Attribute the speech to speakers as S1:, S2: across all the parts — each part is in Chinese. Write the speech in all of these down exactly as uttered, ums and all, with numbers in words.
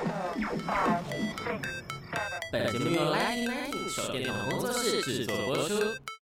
S1: 本节目由 Lightning Lightning 手电筒工作室制作播出。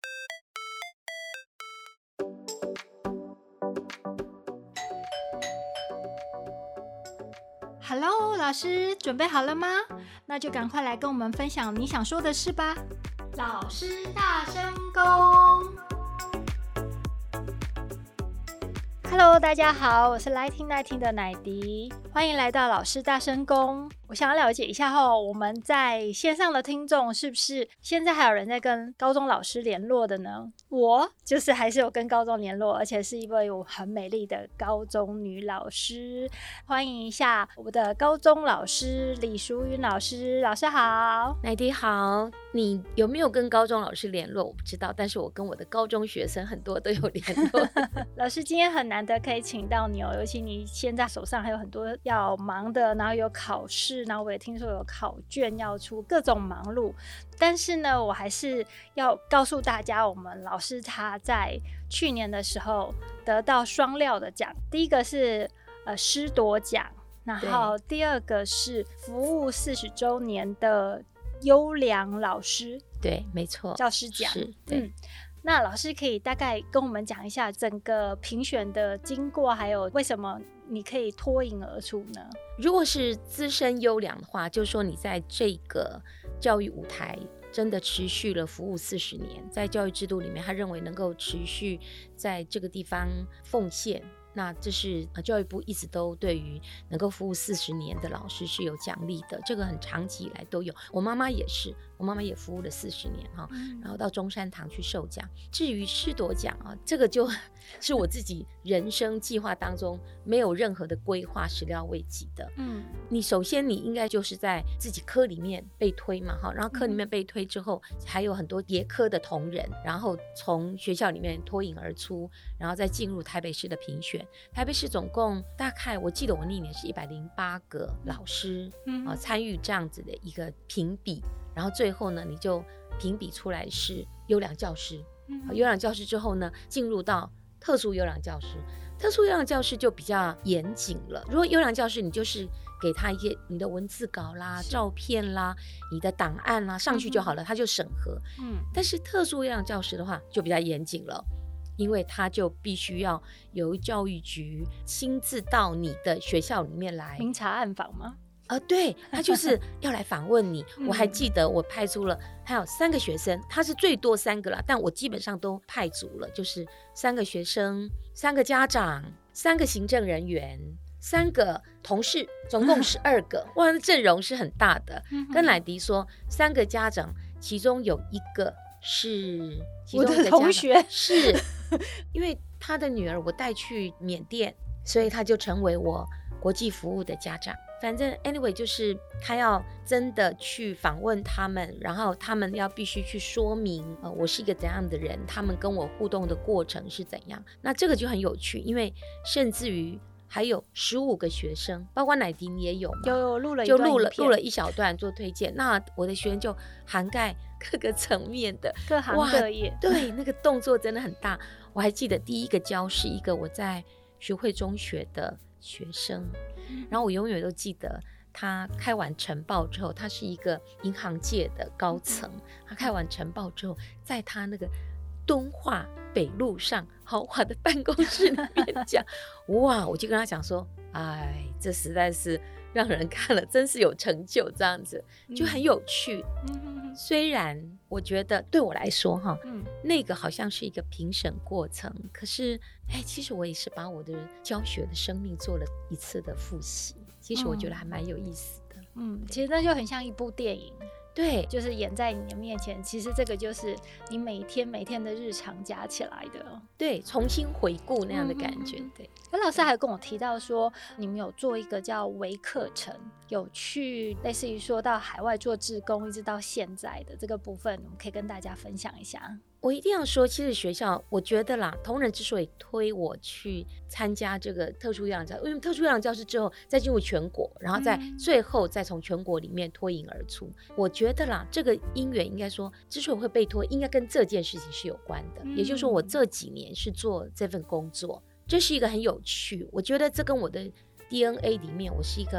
S2: Hello， 老师，准备好了吗？那就赶快来跟我们分享你想说的事吧。老师大声公。Hello， 大家好，我是 Lightning Lightning 的乃迪，欢迎来到老师大声公。我想要了解一下后，我们在线上的听众是不是现在还有人在跟高中老师联络的呢？我就是还是有跟高中联络，而且是一位很美丽的高中女老师。欢迎一下我的高中老师李淑云老师，老师好。
S3: 乃迪好，你有没有跟高中老师联络我不知道，但是我跟我的高中学生很多都有联络。
S2: 老师今天很难得可以请到你哦，尤其你现在手上还有很多要忙的，然后有考试，然后我也听说有考卷要出，各种忙碌。但是呢，我还是要告诉大家，我们老师他在去年的时候得到双料的奖，第一个是呃师铎奖，然后第二个是服务四十周年的优良老师，
S3: 对，没错，
S2: 教师奖，
S3: 是，对。
S2: 嗯，那老师可以大概跟我们讲一下整个评选的经过，还有为什么你可以脱颖而出呢？
S3: 如果是资深优良的话，就是说你在这个教育舞台真的持续了服务四十年，在教育制度里面，他认为能够持续在这个地方奉献。那这是教育部一直都对于能够服务四十年的老师是有奖励的，这个很长期以来都有。我妈妈也是，我妈妈也服务了四十年哈、嗯，然后到中山堂去受奖。至于师铎奖啊，这个就是我自己人生计划当中没有任何的规划，始料未及的。嗯，你首先你应该就是在自己科里面被推嘛哈，然后科里面被推之后，还有很多别科的同仁，然后从学校里面脱颖而出，然后再进入台北市的评选。台北市总共大概我记得我那年是一百零八个老师、嗯呃、参与这样子的一个评比，然后最后呢你就评比出来是优良教师、嗯呃、优良教师之后呢进入到特殊优良教师，特殊优良教师就比较严谨了。如果优良教师你就是给他一些你的文字稿啦、照片啦、你的档案啦上去就好了、嗯、他就审核、嗯、但是特殊优良教师的话就比较严谨了，因为他就必须要由教育局亲自到你的学校里面来
S2: 明察暗访吗？
S3: 呃，对，他就是要来访问你、嗯、我还记得我派出了还有三个学生，他是最多三个啦，但我基本上都派足了，就是三个学生、三个家长、三个行政人员、三个同事，总共十二个哇，阵容是很大的、嗯、跟乃迪说三个家长，其中有一个是其中
S2: 我的同学，
S3: 是因为他的女儿我带去缅甸，所以他就成为我国际服务的家长。反正 anyway 就是他要真的去访问他们，然后他们要必须去说明、呃、我是一个怎样的人，他们跟我互动的过程是怎样。那这个就很有趣，因为甚至于还有十五个学生，包括乃迪你也有嘛，
S2: 有有录了一
S3: 段就录了录了一小段做推荐。那我的学生就涵盖各个层面的，
S2: 各行各业，
S3: 对，那个动作真的很大。我还记得第一个教是一个我在学会中学的学生，然后我永远都记得他开完晨报之后，他是一个银行界的高层，他开完晨报之后，在他那个敦化北路上豪华的办公室里面讲哇，我就跟他讲说，哎，这实在是让人看了真是有成就，这样子就很有趣、嗯、虽然我觉得对我来说哈、嗯，那个好像是一个评审过程，可是哎，其实我也是把我的教学的生命做了一次的复习，其实我觉得还蛮有意思的。
S2: 嗯，其实那就很像一部电影，
S3: 对，
S2: 就是演在你的面前，其实这个就是你每天每天的日常加起来的，
S3: 对，重新回顾那样的感觉、嗯、对。
S2: 有老师还跟我提到说你们有做一个叫微课程，有去类似于说到海外做志工一直到现在的这个部分，我们可以跟大家分享一下。
S3: 我一定要说，其实学校我觉得啦，同仁之所以推我去参加这个特殊优良教师，因为特殊优良教师之后再进入全国，然后再最后再从全国里面脱颖而出、嗯、我觉得啦，这个因缘应该说之所以会被推，应该跟这件事情是有关的、嗯、也就是说我这几年是做这份工作，这是一个很有趣，我觉得这跟我的 D N A 里面我是一个比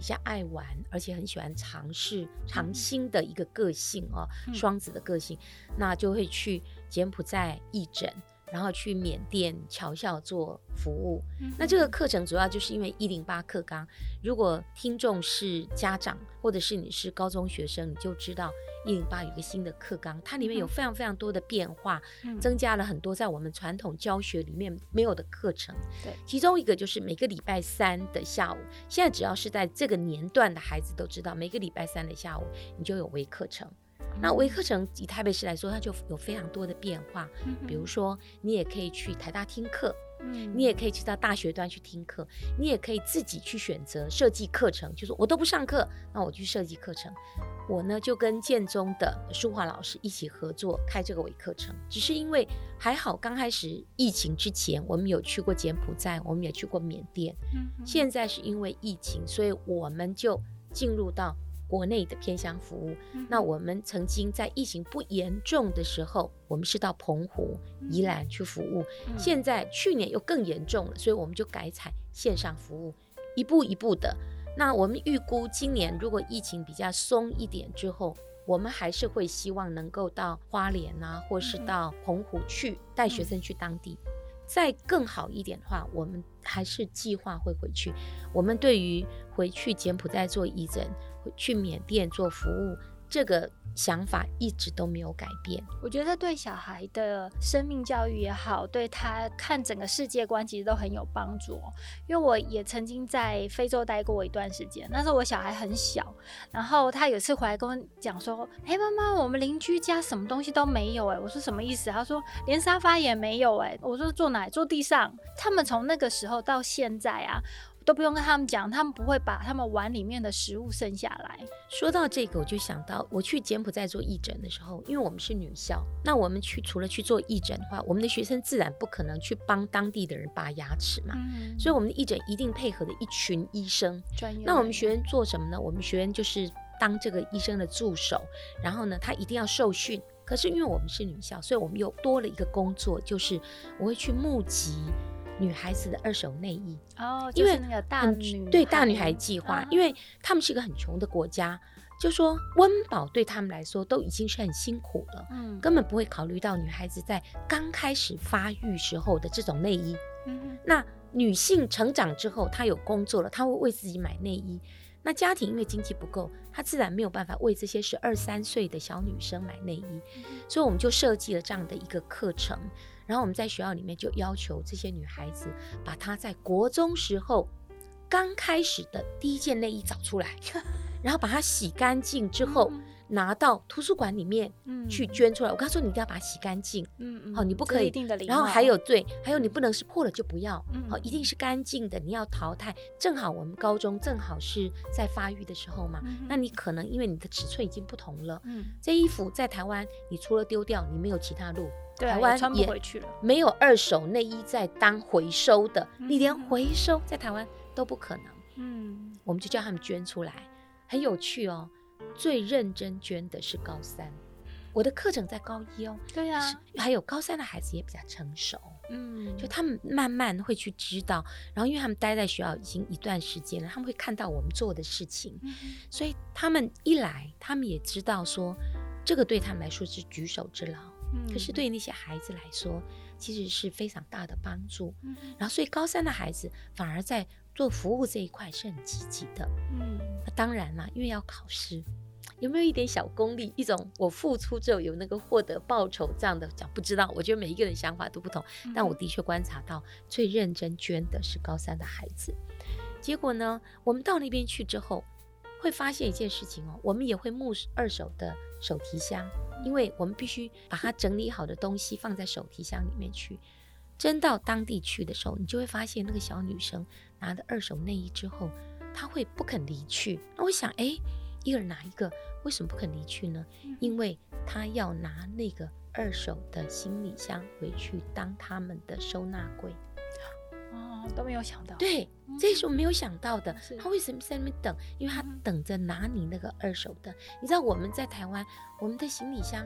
S3: 比较爱玩，而且很喜欢尝试尝新的一个个性哦，
S2: 嗯、
S3: 双子的个性，那就会去柬埔寨义诊，然后去缅甸侨校做服务。嗯、那这个课程主要就是因为一零八课纲，如果听众是家长或者是你是高中学生，你就知道一零八有一个新的课纲，它里面有非常非常多的变化，嗯、增加了很多在我们传统教学里面没有的课程。对，其中一个就是每个礼拜三的下午，现在只要是在这个年段的孩子都知道，每个礼拜三的下午你就有微课程。那微课程以台北市来说，它就有非常多的变化，嗯、比如说你也可以去台大听课，嗯、你也可以去到大学端去听课，你也可以自己去选择设计课程，就是我都不上课，那我去设计课程。我呢就跟建中的淑华老师一起合作开这个微课程，只是因为还好刚开始疫情之前，我们有去过柬埔寨，我们也去过缅甸，嗯、现在是因为疫情，所以我们就进入到国内的偏乡服务。嗯、那我们曾经在疫情不严重的时候，我们是到澎湖、宜兰去服务，嗯、现在去年又更严重了，所以我们就改采线上服务，一步一步的。那我们预估今年如果疫情比较松一点之后，我们还是会希望能够到花莲啊，或是到澎湖去带学生去当地。嗯、再更好一点的话，我们还是计划会回去。我们对于回去柬埔寨做义诊，去缅甸做服务，这个想法一直都没有改变。
S2: 我觉得对小孩的生命教育也好，对他看整个世界观其实都很有帮助。因为我也曾经在非洲待过一段时间，那时候我小孩很小，然后他有次回来跟我讲说，哎，妈妈，我们邻居家什么东西都没有。哎，我说什么意思？他说连沙发也没有。哎，我说坐哪里？坐地上。他们从那个时候到现在啊，都不用跟他们讲，他们不会把他们碗里面的食物剩下来。
S3: 说到这个，我就想到我去柬埔寨做义诊的时候，因为我们是女校，那我们去除了去做义诊的话，我们的学生自然不可能去帮当地的人拔牙齿嘛，嗯、所以我们的义诊一定配合的一群医生。专业。那我们学员做什么呢？我们学员就是当这个医生的助手，然后呢，他一定要受训。可是因为我们是女校，所以我们又多了一个工作，就是我会去募集女孩子的二手内衣。
S2: 哦，就是那个大女孩，
S3: 对，大女孩计划。啊、因为他们是一个很穷的国家，就说温饱对他们来说都已经是很辛苦了，嗯，根本不会考虑到女孩子在刚开始发育时候的这种内衣。嗯，那女性成长之后，她有工作了，她会为自己买内衣。那家庭因为经济不够，她自然没有办法为这些十二三岁的小女生买内衣，嗯、所以我们就设计了这样的一个课程。然后我们在学校里面就要求这些女孩子把她在国中时候刚开始的第一件内衣找出来，然后把它洗干净之后，嗯、拿到图书馆里面去捐出来。嗯、我刚说你一定要把它洗干净，嗯嗯，好，你不可以。然后还有对，还有你不能是破了就不要，嗯、好，一定是干净的，你要淘汰。正好我们高中正好是在发育的时候嘛，嗯、那你可能因为你的尺寸已经不同了，嗯，这衣服在台湾你除了丢掉，你没有其他路。台湾也没有二手内衣在当回收的，嗯、你连回收在台湾都不可能。嗯，我们就叫他们捐出来，很有趣哦。最认真捐的是高三，我的课程在高一哦。
S2: 对啊，
S3: 还有高三的孩子也比较成熟，嗯，就他们慢慢会去知道，然后因为他们待在学校已经一段时间了，他们会看到我们做的事情，嗯、所以他们一来，他们也知道说，这个对他们来说是举手之劳。可是对于那些孩子来说，其实是非常大的帮助。嗯、然后，所以高三的孩子反而在做服务这一块是很积极的。嗯，那当然啦，因为要考试，有没有一点小功利？一种我付出之后有那个获得报酬这样的讲，不知道。我觉得每一个人想法都不同，嗯、但我的确观察到最认真捐的是高三的孩子。结果呢，我们到那边去之后，会发现一件事情哦，我们也会募二手的手提箱。因为我们必须把它整理好的东西放在手提箱里面去，真到当地去的时候，你就会发现那个小女生拿的二手内衣之后，她会不肯离去。那我想，哎，一个人拿一个，为什么不肯离去呢？因为她要拿那个二手的行李箱回去当他们的收纳柜。
S2: 哦，都没有想到。
S3: 对，嗯、这是我没有想到的。他为什么在那边等？因为他等着拿你那个二手的。嗯、你知道我们在台湾，我们的行李箱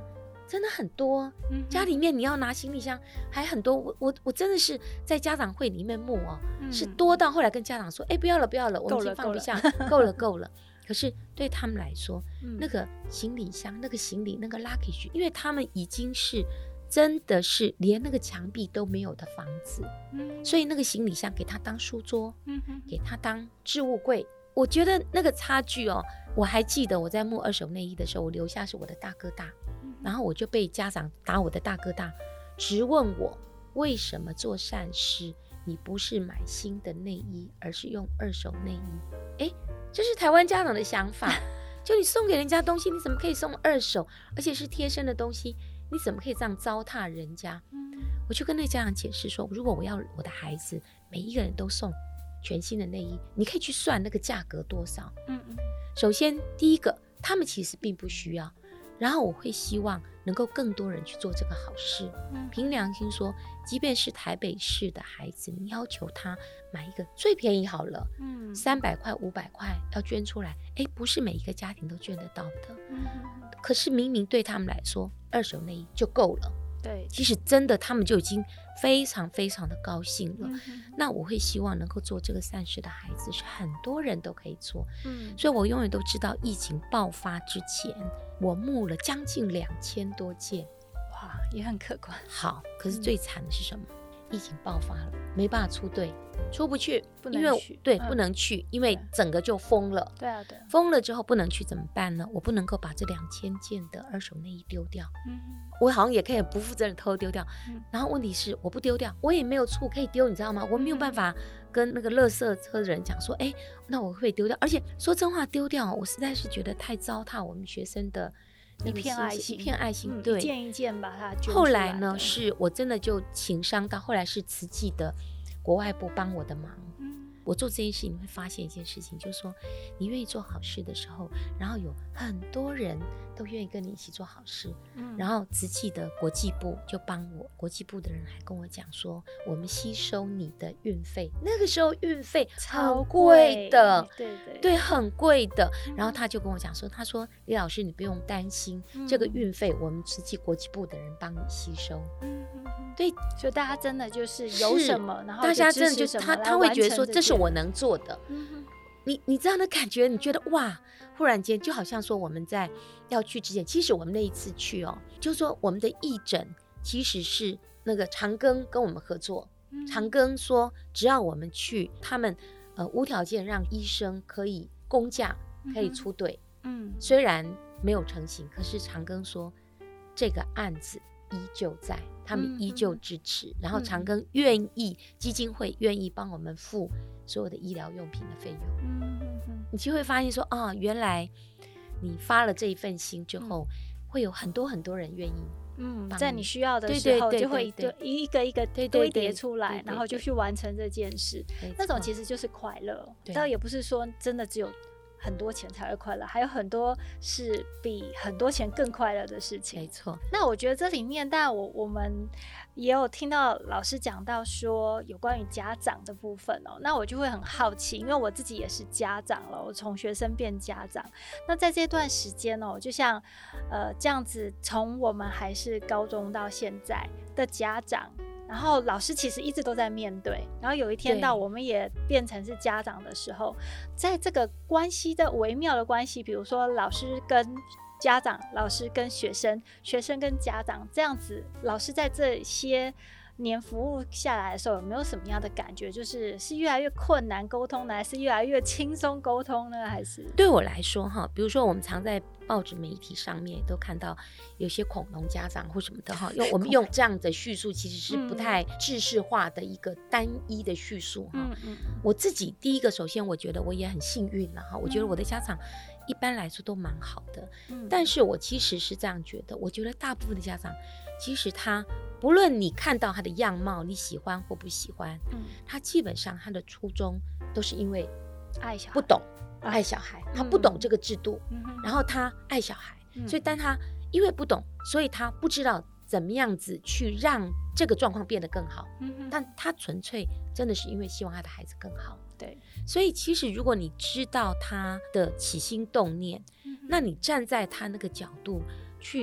S3: 真的很多，嗯、家里面你要拿行李箱还很多，我我我真的是在家长会里面募哦、嗯，是多到后来跟家长说，哎，不要了不要了，我们已经放不下，够了够了。可是对他们来说、嗯，那个行李箱、那个行李、那个 luggage， 因为他们已经是真的是连那个墙壁都没有的房子，嗯、所以那个行李箱给他当书桌，嗯、给他当置物柜。我觉得那个差距哦，我还记得我在募二手内衣的时候，我留下是我的大哥大，嗯、然后我就被家长打我的大哥大，直问我为什么做善事你不是买新的内衣，而是用二手内衣？哎，这是台湾家长的想法，就你送给人家东西，你怎么可以送二手，而且是贴身的东西，你怎么可以这样糟蹋人家？嗯、我就跟那个家长解释说，如果我要我的孩子每一个人都送全新的内衣，你可以去算那个价格多少。嗯嗯。首先，第一个，他们其实并不需要，然后我会希望能够更多人去做这个好事。嗯。凭良心说，即便是台北市的孩子，你要求他买一个最便宜好了，嗯，三百块、五百块要捐出来，哎，不是每一个家庭都捐得到的。嗯。可是明明对他们来说，二手内衣就够了。
S2: 对，
S3: 其实真的他们就已经非常非常的高兴了。嗯、那我会希望能够做这个善事的孩子是很多人都可以做。嗯，所以我永远都知道疫情爆发之前，我募了将近两千多件，
S2: 哇，也很可观。
S3: 好，可是最惨的是什么？嗯、疫情爆发了，没办法出队，出不去，
S2: 不能去，
S3: 因为对、
S2: 嗯、
S3: 不能去，因为整个就封了。
S2: 对啊，对。
S3: 封了之后不能去怎么办呢？我不能够把这两千件的二手内衣丢掉。嗯。我好像也可以不负责任偷丢掉、嗯、然后问题是我不丢掉我也没有处可以丢，你知道吗？我没有办法跟那个垃圾车的人讲说，哎，那我会不会丢掉？而且说真话，丢掉我实在是觉得太糟蹋我们学生的
S2: 一片爱心，
S3: 一片爱心、
S2: 嗯、
S3: 对，
S2: 一件一件把它捐出来。
S3: 后来呢，是我真的就情商到后来是慈济的国外部帮我的忙。嗯，我做这件事，你会发现一件事情，就是说你愿意做好事的时候，然后有很多人都愿意跟你一起做好事。嗯，然后慈济的国际部就帮我，国际部的人还跟我讲说，我们吸收你的运费。那个时候运费很贵的，
S2: 对对
S3: 对，很贵的。嗯、然后他就跟我讲说，他说李老师你不用担心、嗯、这个运费，我们慈济国际部的人帮你吸收。嗯嗯嗯，对，
S2: 所以大家真的就是有什么，然后
S3: 大家真的就是他他会觉得说这是我能做的。嗯，你你这样的感觉，你觉得哇，忽然间就好像说我们在要去之前，其实我们那一次去哦，就是说我们的义诊其实是那个长庚跟我们合作，嗯、长庚说只要我们去，他们呃无条件让医生可以公假可以出队。嗯，虽然没有成型，可是长庚说这个案子依旧在，他们依旧支持，嗯、然后长庚愿意、嗯、基金会愿意帮我们付所有的医疗用品的费用。嗯嗯嗯，你就会发现说啊，原来你发了这一份心之后，嗯、会有很多很多人愿意。嗯，
S2: 在你需要的时候，就会一个一个堆叠出来，然后就去完成这件事。那种其实就是快乐，倒也不是说真的只有很多钱才会快乐，还有很多是比很多钱更快乐的事情。
S3: 没错。
S2: 那我觉得这里面，当然我我们也有听到老师讲到说有关于家长的部分哦，那我就会很好奇，因为我自己也是家长了，我从学生变家长。那在这段时间哦，就像呃这样子，从我们还是高中到现在的家长。然后老师其实一直都在面对，然后有一天到我们也变成是家长的时候，在这个关系的微妙的关系，比如说老师跟家长，老师跟学生，学生跟家长这样子，老师在这些年服务下来的时候，有没有什么样的感觉？就是是越来越困难沟通呢，还是越来越轻松沟通呢？还是
S3: 对我来说哈，比如说我们常在报纸媒体上面都看到有些恐龙家长或什么的哈，因为我们用这样的叙述其实是不太制式化的一个单一的叙述哈。嗯嗯、我自己第一个，首先我觉得我也很幸运了哈，我觉得我的家长一般来说都蛮好的，嗯、但是我其实是这样觉得，我觉得大部分的家长其实他不论你看到他的样貌你喜欢或不喜欢，嗯、他基本上他的初衷都是因为
S2: 爱小孩，
S3: 不懂爱小孩，他不懂这个制度，嗯、然后他爱小孩，嗯、所以但他因为不懂，所以他不知道怎么样子去让这个状况变得更好，嗯、但他纯粹真的是因为希望他的孩子更好。
S2: 对，
S3: 所以其实如果你知道他的起心动念，嗯、那你站在他那个角度去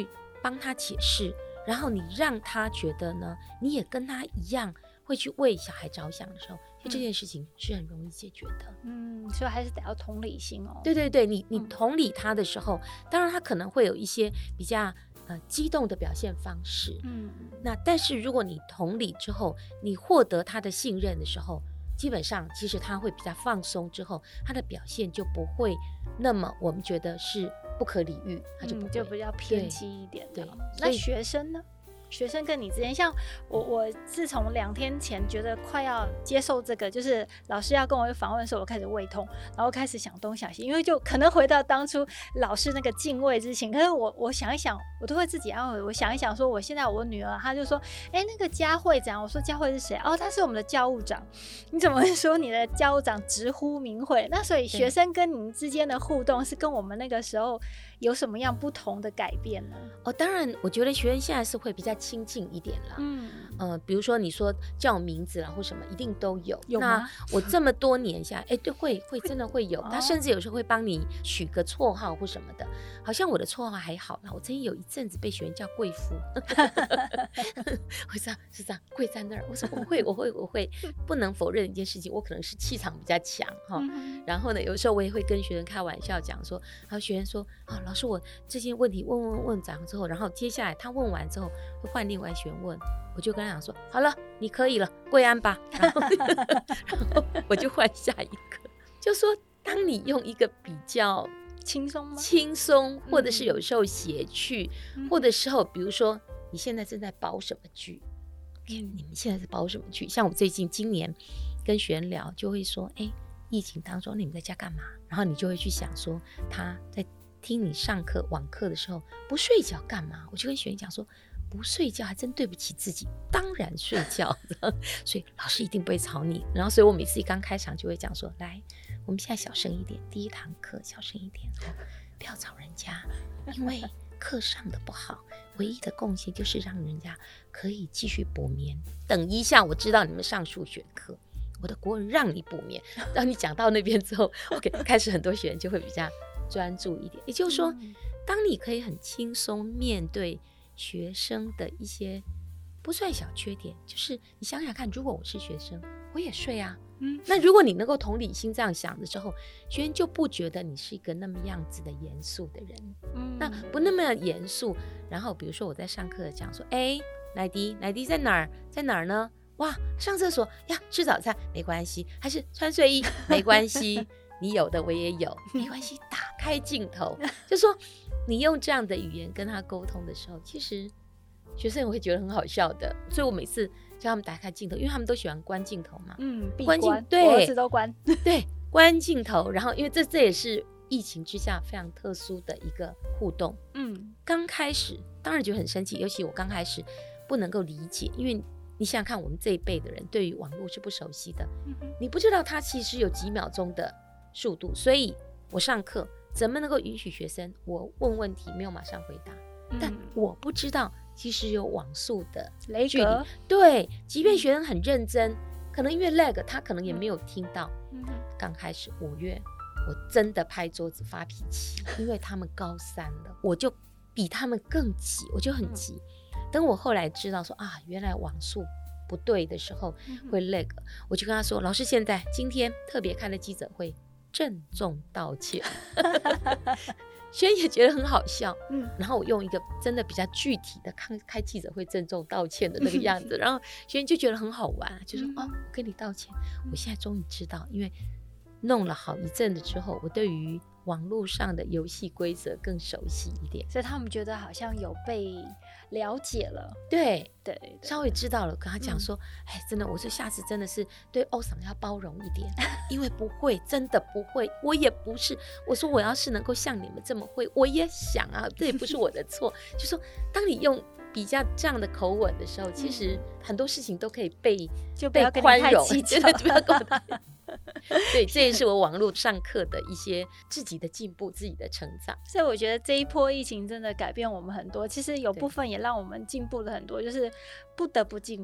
S3: 帮他解释，然后你让他觉得呢，你也跟他一样会去为小孩着想的时候，其实这件事情是很容易解决的。
S2: 嗯，所以还是得要同理心哦。
S3: 对对对，你你
S2: 嗯
S3: 同理他的时候，当然他可能会有一些比较呃激动的表现方式，
S2: 嗯，
S3: 那但是如果你同理之后，你获得他的信任的时候，基本上其实他会比较放松，之后他的表现就不会那么我们觉得是不可理喻，他就不会、
S2: 嗯、就比较偏激一点的。
S3: 对，
S2: 那学生呢？学生跟你之间，像我，我自从两天前觉得快要接受这个，就是老师要跟我访问的时候，我开始胃痛，然后开始想东想西，因为就可能回到当初老师那个敬畏之情。可是我我想一想，我都会自己安慰，我想一想说，我现在我女儿，她就说，哎、欸，那个佳慧怎样？我说佳慧是谁？哦，她是我们的教务长。你怎么会说你的教务长直呼名讳？那所以学生跟您之间的互动是跟我们那个时候有什么样不同的改变呢？
S3: 哦，当然，我觉得学生现在是会比较亲近一点啦。
S2: 嗯，
S3: 呃，比如说你说叫我名字啦或什么，一定都有。
S2: 有吗？
S3: 那我这么多年下来，哎，对，会会真的会有。他甚至有时候会帮你取个绰号或什么的。好像我的绰号还好啦，我曾经有一阵子被学员叫贵妇。我说是这样，跪在那儿。我说我会，我会，我会。不能否认一件事情，我可能是气场比较强哈。嗯、然后呢，有时候我也会跟学生开玩笑讲说，然后学员说啊，老师我这些问题问问问讲之后，然后接下来他问完之后会换另外学员问，我就跟他讲说，好了，你可以了，跪安吧。然后, 然后我就换下一个，就说当你用一个比较
S2: 轻松吗？
S3: 轻松，或者是有时候谐趣，
S2: 嗯、
S3: 或者时候比如说你现在正在煲什么剧。你们现在是煲什么剧？像我最近今年跟学员聊，就会说，哎，疫情当中你们在家干嘛？然后你就会去想说，他在听你上课网课的时候不睡觉干嘛？我就跟学员讲说，不睡觉还真对不起自己，当然睡觉。所以老师一定不会吵你。然后所以我每次一刚开场就会讲说，来，我们现在小声一点，第一堂课小声一点，哦，不要吵人家，因为课上的不好，唯一的贡献就是让人家可以继续补眠。等一下，我知道你们上数学课，我的国文让你补眠。当你讲到那边之后，OK， 开始很多学员就会比较专注一点。也就是说，当你可以很轻松面对学生的一些不算小缺点，就是你想想看，如果我是学生，我也睡啊。嗯，那如果你能够同理心这样想的时候，学员就不觉得你是一个那么样子的严肃的人。嗯，那不那么严肃。然后比如说我在上课讲说，哎，乃迪，乃迪在哪儿？在哪儿呢？哇，上厕所呀，吃早餐没关系，还是穿睡衣没关系，你有的我也有，没关系，打开镜头，就说你用这样的语言跟他沟通的时候，其实学生也会觉得很好笑的。所以我每次叫他们打开镜头，因为他们都喜欢关镜头嘛。
S2: 嗯，闭
S3: 关镜，
S2: 对，我儿子都关。
S3: 对，关镜头。然后，因为这这也是疫情之下非常特殊的一个互动。嗯，刚开始当然觉得很生气，尤其我刚开始不能够理解，因为你想想看，我们这一辈的人对于网络是不熟悉的，嗯、你不知道它其实有几秒钟的速度，所以我上课怎么能够允许学生我问问题没有马上回答？嗯、但我不知道。其实有网速的距离，对，即便学生很认真，可能因为 lag， 他可能也没有听到。嗯、刚开始五月，我真的拍桌子发脾气，因为他们高三了，我就比他们更急，我就很急。嗯、等我后来知道说啊，原来网速不对的时候会 lag，嗯、我就跟他说，老师现在今天特别开了记者会，郑重道歉。学员也觉得很好笑，嗯，然后我用一个真的比较具体的开开记者会郑重道歉的那个样子，然后学员就觉得很好玩，就说、嗯、哦，我跟你道歉，我现在终于知道，因为弄了好一阵子之后，我对于网络上的游戏规则更熟悉一点，
S2: 所以他们觉得好像有被了解了，
S3: 对
S2: 对, 对，
S3: 稍微知道了，跟他讲说，哎、嗯，真的，我说下次真的是对欧桑要包容一点，因为不会，真的不会，我也不是，我说我要是能够像你们这么会，我也想啊，这也不是我的错，就说当你用比较这样的口吻的时候，其实很多事情都可以被
S2: 就不要跟你
S3: 宽容，
S2: 太计较，
S3: 不要跟我太对，这也是我网络上课的一些自己的进步，自己的成长。
S2: 所以我觉得这一波疫情真的改变我们很多，其实有部分也让我们进步了很多，就是不得不进步。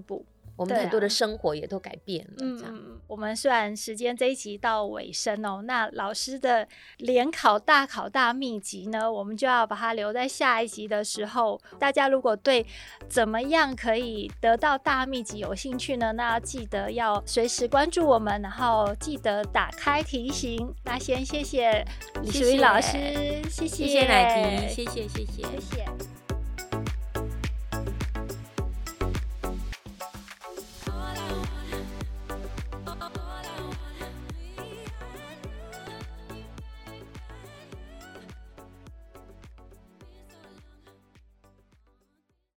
S3: 我们很多的生活也都改变了。
S2: 嗯
S3: 这样
S2: 嗯，我们虽然时间这一集到尾声哦，那老师的联考大考大秘籍呢，我们就要把它留在下一集的时候。大家如果对怎么样可以得到大秘籍有兴趣呢，那记得要随时关注我们，然后记得打开提醒。那先谢谢李淑仪老师，谢谢
S3: 谢谢乃迪，谢谢谢谢
S2: 谢谢。